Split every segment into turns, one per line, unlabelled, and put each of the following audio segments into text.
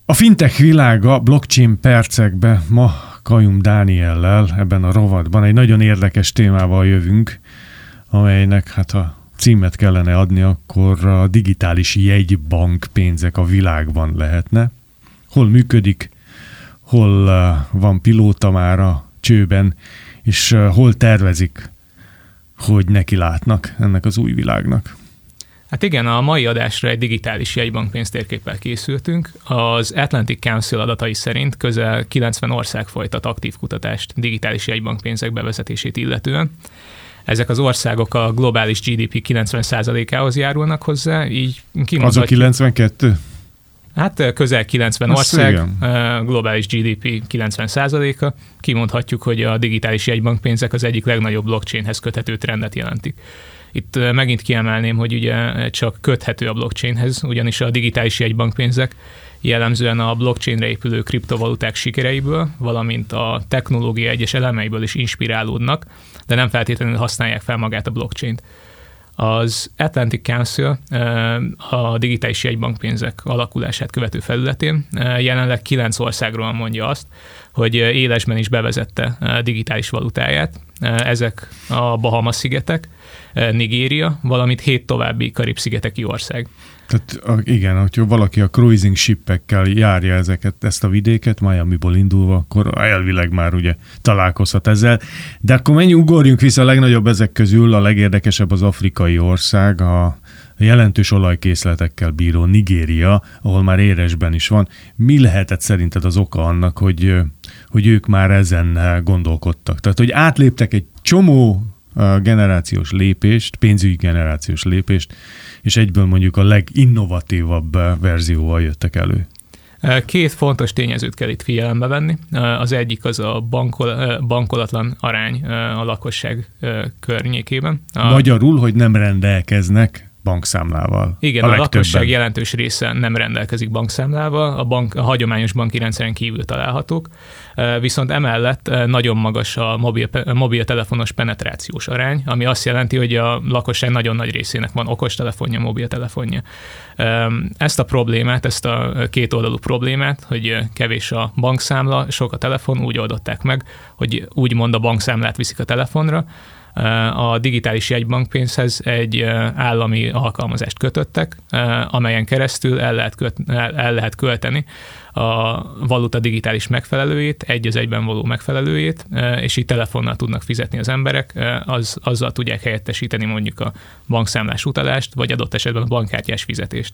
A fintech világa blockchain percekbe ma Kajum Dániellel ebben a rovatban egy nagyon érdekes témával jövünk, amelynek hát ha címet kellene adni, akkor a digitális jegybank pénzek a világban lehetne. Hol működik, hol van pilóta már a csőben, és hol tervezik, hogy neki látnak ennek az új világnak.
Hát igen, a mai adásra egy digitális jegybankpénz térképpel készültünk. Az Atlantic Council adatai szerint közel 90 ország folytat aktív kutatást digitális jegybankpénzek bevezetését illetően. Ezek az országok a globális GDP 90%-ához járulnak hozzá, így kimondhatjuk...
Az a 92?
Hát közel 90 ország, globális GDP 90%-a. Kimondhatjuk, hogy a digitális jegybankpénzek az egyik legnagyobb blockchainhez köthető trendet jelentik. Itt megint kiemelném, hogy ugye csak köthető a blockchainhez, ugyanis a digitális jegybankpénzek jellemzően a blockchainre épülő kriptovaluták sikereiből, valamint a technológia egyes elemeiből is inspirálódnak, de nem feltétlenül használják fel magát a blockchaint. Az Atlantic Council a digitális jegybankpénzek alakulását követő felületén jelenleg 9 országról mondja azt, hogy élesben is bevezette digitális valutáját. Ezek a Bahama-szigetek, Nigéria, valamint 7 további Karib-szigeteki ország.
Tehát igen, hogyha valaki a cruising ship-ekkel járja ezt a vidéket, Miamiból indulva, akkor elvileg már ugye találkozhat ezzel. De akkor ugorjunk vissza, a legnagyobb ezek közül, a legérdekesebb az afrikai ország, a jelentős olajkészletekkel bíró Nigéria, ahol már éresben is van. Mi lehetett szerinted az oka annak, hogy ők már ezen gondolkodtak? Tehát, hogy átléptek egy csomó generációs lépést, pénzügyi generációs lépést, és egyből mondjuk a leginnovatívabb verzióval jöttek elő.
2 fontos tényezőt kell itt figyelembe venni. Az egyik az a bankolatlan arány a lakosság környékében.
Magyarul, hogy nem rendelkeznek bankszámlával.
Igen, a lakosság jelentős része nem rendelkezik bankszámlával, a hagyományos banki rendszeren kívül találhatók, viszont emellett nagyon magas a mobiltelefonos penetrációs arány, ami azt jelenti, hogy a lakosság nagyon nagy részének van okostelefonja, mobiltelefonja. Ezt a problémát, ezt a kétoldalú problémát, hogy kevés a bankszámla, sok a telefon, úgy oldották meg, hogy úgymond a bankszámlát viszik a telefonra. A digitális jegybankpénzhez egy állami alkalmazást kötöttek, amelyen keresztül el lehet költeni a valuta digitális megfelelőjét, egy az egyben való megfelelőjét, és így telefonnal tudnak fizetni az emberek, azzal tudják helyettesíteni mondjuk a bankszámlás utalást, vagy adott esetben a bankkártyás fizetést.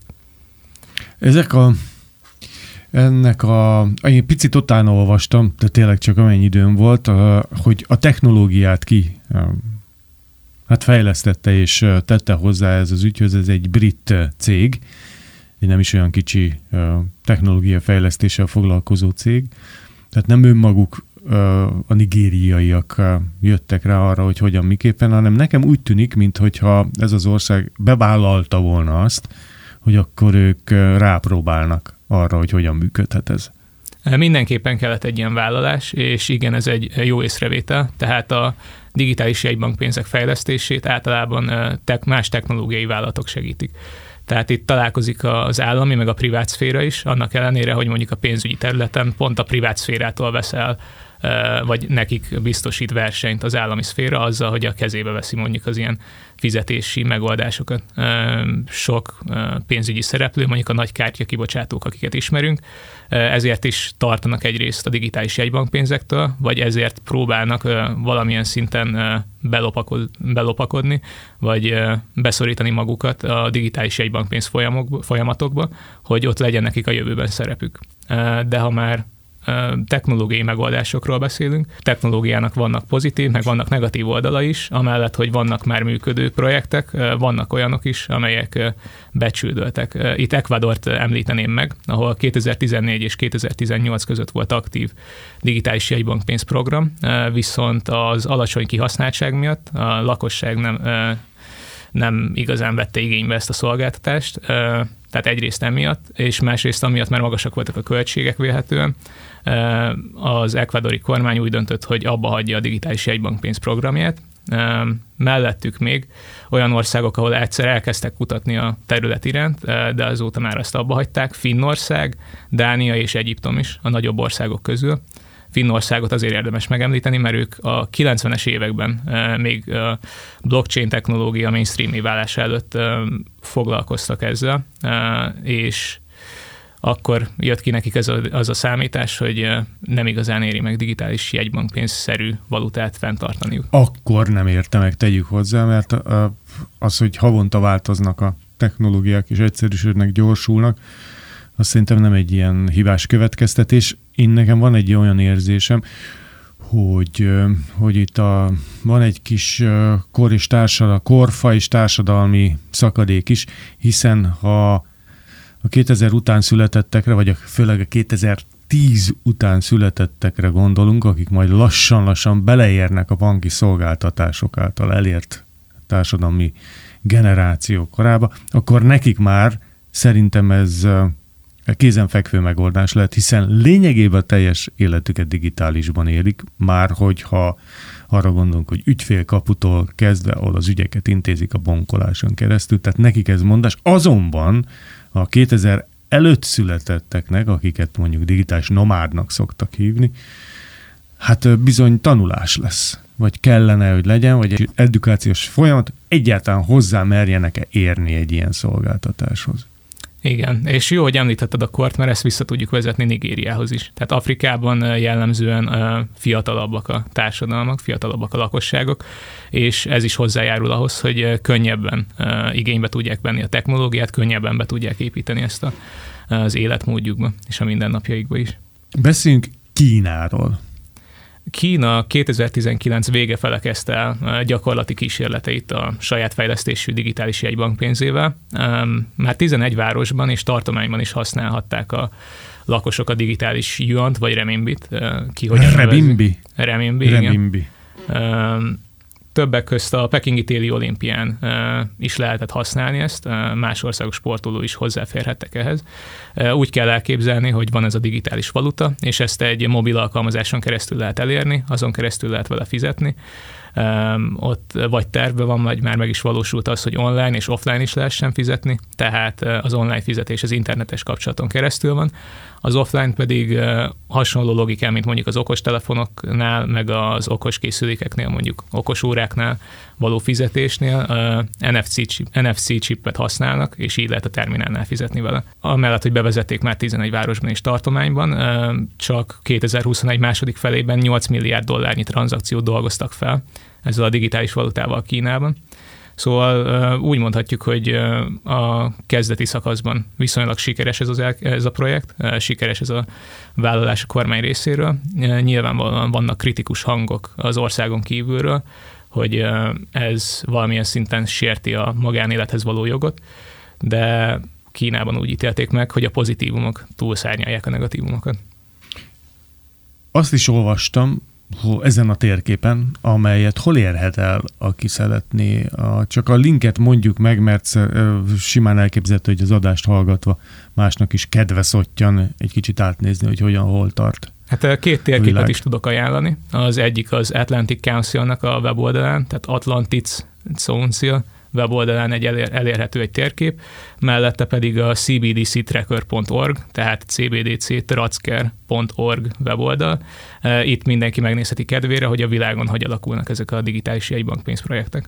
Én picit utána olvastam, de tényleg csak amennyi időm volt, hogy a technológiát fejlesztette és tette hozzá ez az ügyhöz, ez egy brit cég, egy nem is olyan kicsi technológia fejlesztéssel foglalkozó cég, tehát nem önmaguk a nigériaiak jöttek rá arra, hogy hogyan, miképpen, hanem nekem úgy tűnik, mintha ez az ország bevállalta volna azt, hogy akkor ők rápróbálnak arra, hogy hogyan működhet ez.
Mindenképpen kellett egy ilyen vállalás, és igen, ez egy jó észrevétel, tehát a digitális jegybankpénzek fejlesztését általában más technológiai vállalatok segítik. Tehát itt találkozik az állami, meg a privát szféra is, annak ellenére, hogy mondjuk a pénzügyi területen pont a privát szférától veszel, vagy nekik biztosít versenyt az állami szféra azzal, hogy a kezébe veszi mondjuk az ilyen fizetési megoldásokat. Sok pénzügyi szereplő, mondjuk a nagy kártyakibocsátók, akiket ismerünk, ezért is tartanak egyrészt a digitális jegybankpénzektől, vagy ezért próbálnak valamilyen szinten belopakodni, vagy beszorítani magukat a digitális jegybankpénz folyamatokba, hogy ott legyen nekik a jövőben szerepük. De ha már technológiai megoldásokról beszélünk. Technológiának vannak pozitív, meg vannak negatív oldala is, amellett, hogy vannak már működő projektek, vannak olyanok is, amelyek becsődöltek. Itt Ecuadort említeném meg, ahol 2014 és 2018 között volt aktív digitális jegybankpénzprogram, viszont az alacsony kihasználtság miatt a lakosság nem igazán vette igénybe ezt a szolgáltatást, tehát egyrészt emiatt, és másrészt amiatt, mert magasak voltak a költségek vélhetően, az ecuadori kormány úgy döntött, hogy abba hagyja a digitális jegybankpénz programját, Mellettük még olyan országok, ahol egyszer elkezdtek kutatni a terület iránt, de azóta már azt abba hagyták, Finnország, Dánia és Egyiptom is a nagyobb országok közül. Finnországot azért érdemes megemlíteni, mert ők a 90-es években még blockchain technológia mainstream-é válása előtt foglalkoztak ezzel, és akkor jött ki nekik az a számítás, hogy nem igazán éri meg digitális jegybankpénzszerű valutát fenntartaniuk.
Akkor nem érte meg, tegyük hozzá, mert az, hogy havonta változnak a technológiák és egyszerűsödnek, gyorsulnak, azt szerintem nem egy ilyen hibás következtetés. Én nekem van egy olyan érzésem, hogy itt van egy kis korfa és társadalmi szakadék is, hiszen ha a 2000 után születettekre, vagy főleg a 2010 után születettekre gondolunk, akik majd lassan-lassan beleérnek a banki szolgáltatások által elért társadalmi generációk korába, akkor nekik már szerintem ez kézenfekvő megoldás lehet, hiszen lényegében a teljes életüket digitálisban élik, már hogyha arra gondolunk, hogy ügyfélkaputól kezdve, ahol az ügyeket intézik a bankoláson keresztül, tehát nekik ez mondás. Azonban a 2000 előtt születetteknek, akiket mondjuk digitális nomádnak szoktak hívni, hát bizony tanulás lesz, vagy kellene, hogy legyen, vagy egy edukációs folyamat, egyáltalán hozzá merjenek-e érni egy ilyen szolgáltatáshoz.
Igen, és jó, hogy említetted a kort, mert ezt vissza tudjuk vezetni Nigériához is. Tehát Afrikában jellemzően fiatalabbak a társadalmak, fiatalabbak a lakosságok, és ez is hozzájárul ahhoz, hogy könnyebben igénybe tudják venni a technológiát, könnyebben be tudják építeni ezt az életmódjukba és a mindennapjaikba is.
Beszéljünk Kínáról.
Kína 2019 vége fele kezdte el gyakorlati kísérleteit a saját fejlesztésű digitális jegybankpénzével. Már 11 városban és tartományban is használhatták a lakosok a digitális yuant vagy renminbit. Renminbi. Többek közt a pekingi téli olimpián is lehetett használni ezt, más országok sportoló is hozzáférhettek ehhez. Úgy kell elképzelni, hogy van ez a digitális valuta, és ezt egy mobil alkalmazáson keresztül lehet elérni, azon keresztül lehet vele fizetni. Ott vagy tervben van, vagy már meg is valósult az, hogy online és offline is lehessen fizetni, tehát az online fizetés az internetes kapcsolaton keresztül van. Az offline pedig hasonló logikán, mint mondjuk az okostelefonoknál, meg az okos készülékeknél, mondjuk okos óráknál való fizetésnél NFC chipet használnak, és így lehet a terminálnál fizetni vele. Amellett, hogy bevezették már 11 városban és tartományban, csak 2021 második felében 8 milliárd dollárnyi tranzakciót dolgoztak fel ezzel a digitális valutával Kínában. Szóval úgy mondhatjuk, hogy a kezdeti szakaszban viszonylag sikeres ez a projekt, sikeres ez a vállalás a kormány részéről. Nyilvánvalóan vannak kritikus hangok az országon kívülről, hogy ez valamilyen szinten sérti a magánélethez való jogot, de Kínában úgy ítélték meg, hogy a pozitívumok túlszárnyalják a negatívumokat.
Azt is olvastam, ezen a térképen, amelyet hol érhet el, aki szeretné. Csak a linket mondjuk meg, mert simán elképzelhető, hogy az adást hallgatva másnak is kedve szottyan egy kicsit átnézni, hogy hogyan, hol tart.
Hát 2 térképet is tudok ajánlani. Az egyik az Atlantic Council-nak a weboldalán, tehát Atlantic Council weboldalán elérhető egy térkép, mellette pedig a cbdctracker.org, tehát cbdctracker.org weboldal. Itt mindenki megnézheti kedvére, hogy a világon hogy alakulnak ezek a digitális jegybankpénzprojektek.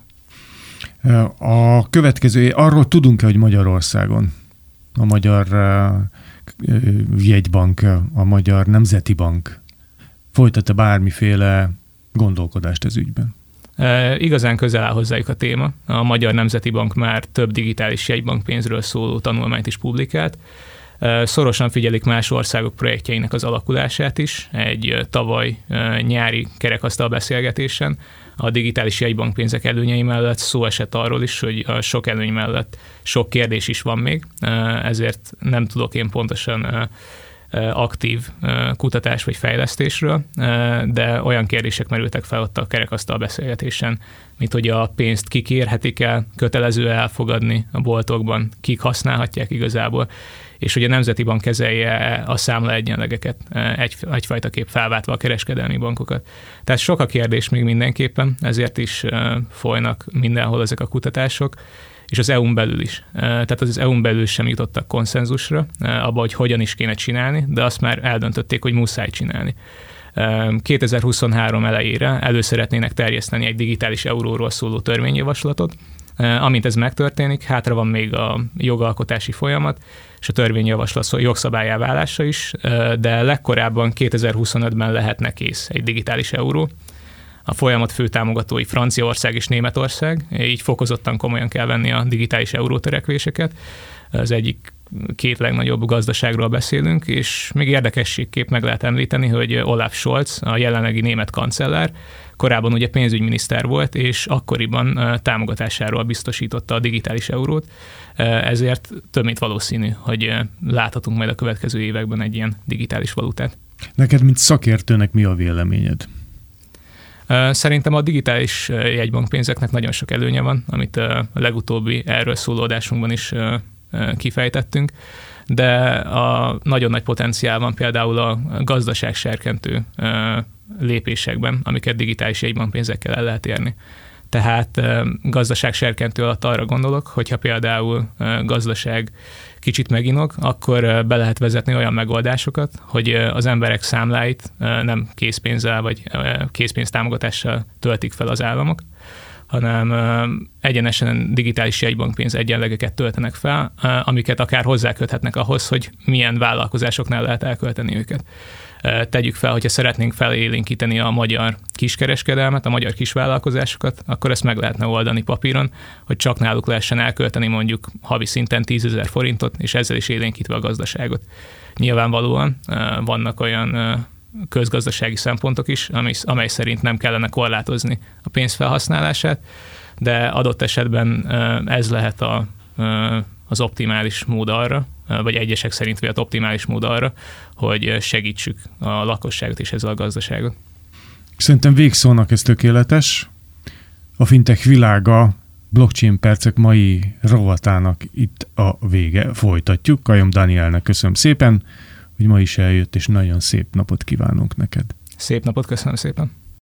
A következő, arról tudunk-e, hogy Magyarországon a Magyar Jegybank, a Magyar Nemzeti Bank folytatta bármiféle gondolkodást ez ügyben?
Igazán közel áll hozzájuk a téma. A Magyar Nemzeti Bank már több digitális jegybankpénzről szóló tanulmányt is publikált. Szorosan figyelik más országok projektjeinek az alakulását is. Egy tavaly nyári kerekasztal beszélgetésen a digitális jegybankpénzek előnyei mellett szó esett arról is, hogy a sok előny mellett sok kérdés is van még, ezért nem tudok én pontosan aktív kutatás vagy fejlesztésről, de olyan kérdések merültek fel ott a kerekasztal beszélgetésen, mint hogy a pénzt kik érhetik el, kötelező elfogadni a boltokban, kik használhatják igazából, és hogy a Nemzeti Bank kezelje a számla egyenlegeket, egyfajtaképp felváltva a kereskedelmi bankokat. Tehát sok a kérdés még mindenképpen, ezért is folynak mindenhol ezek a kutatások, és az EU-n belül is. Tehát az EU-n belül sem jutottak konszenzusra abba, hogy hogyan is kéne csinálni, de azt már eldöntötték, hogy muszáj csinálni. 2023 elejére elő szeretnének terjeszteni egy digitális euróról szóló törvényjavaslatot. Amint ez megtörténik, hátra van még a jogalkotási folyamat, és a törvényjavaslat jogszabályá válása is, de legkorábban 2025-ben lehetne kész egy digitális euró. A folyamat fő támogatói Franciaország és Németország, így fokozottan komolyan kell venni a digitális eurótörekvéseket. Az egyik két legnagyobb gazdaságról beszélünk, és még érdekességképp meg lehet említeni, hogy Olaf Scholz, a jelenlegi német kancellár, korábban ugye pénzügyminiszter volt, és akkoriban támogatásáról biztosította a digitális eurót, ezért több mint valószínű, hogy láthatunk majd a következő években egy ilyen digitális valutát.
Neked, mint szakértőnek mi a véleményed?
Szerintem a digitális jegybankpénzeknek nagyon sok előnye van, amit a legutóbbi erről szóló adásunkban is kifejtettünk, de a nagyon nagy potenciál van például a gazdaságserkentő lépésekben, amiket digitális jegybankpénzekkel el lehet érni. Tehát gazdaságserkentő alatt arra gondolok, hogyha például gazdaság kicsit meginog, akkor be lehet vezetni olyan megoldásokat, hogy az emberek számláit nem készpénzzel vagy készpénztámogatással töltik fel az államok, hanem egyenesen digitális jegybankpénz egyenlegeket töltenek fel, amiket akár hozzáköthetnek ahhoz, hogy milyen vállalkozásoknál lehet elkölteni őket. Tegyük fel, hogyha szeretnénk felélénkíteni a magyar kiskereskedelmet, a magyar kisvállalkozásokat, akkor ezt meg lehetne oldani papíron, hogy csak náluk lehessen elkölteni mondjuk havi szinten 10 000 forintot, és ezzel is élénkítve a gazdaságot. Nyilvánvalóan vannak olyan közgazdasági szempontok is, amely szerint nem kellene korlátozni a pénz felhasználását, de adott esetben ez lehet az optimális mód arra, vagy egyesek szerint vélt optimális mód arra, hogy segítsük a lakosságot és ezzel a gazdaságot.
Szerintem végszónak ez tökéletes. A fintech világa blockchain percek mai rovatának itt a vége. Folytatjuk. Kajom Dánielnek köszönöm szépen, hogy ma is eljött, és nagyon szép napot kívánunk neked.
Szép napot, köszönöm szépen.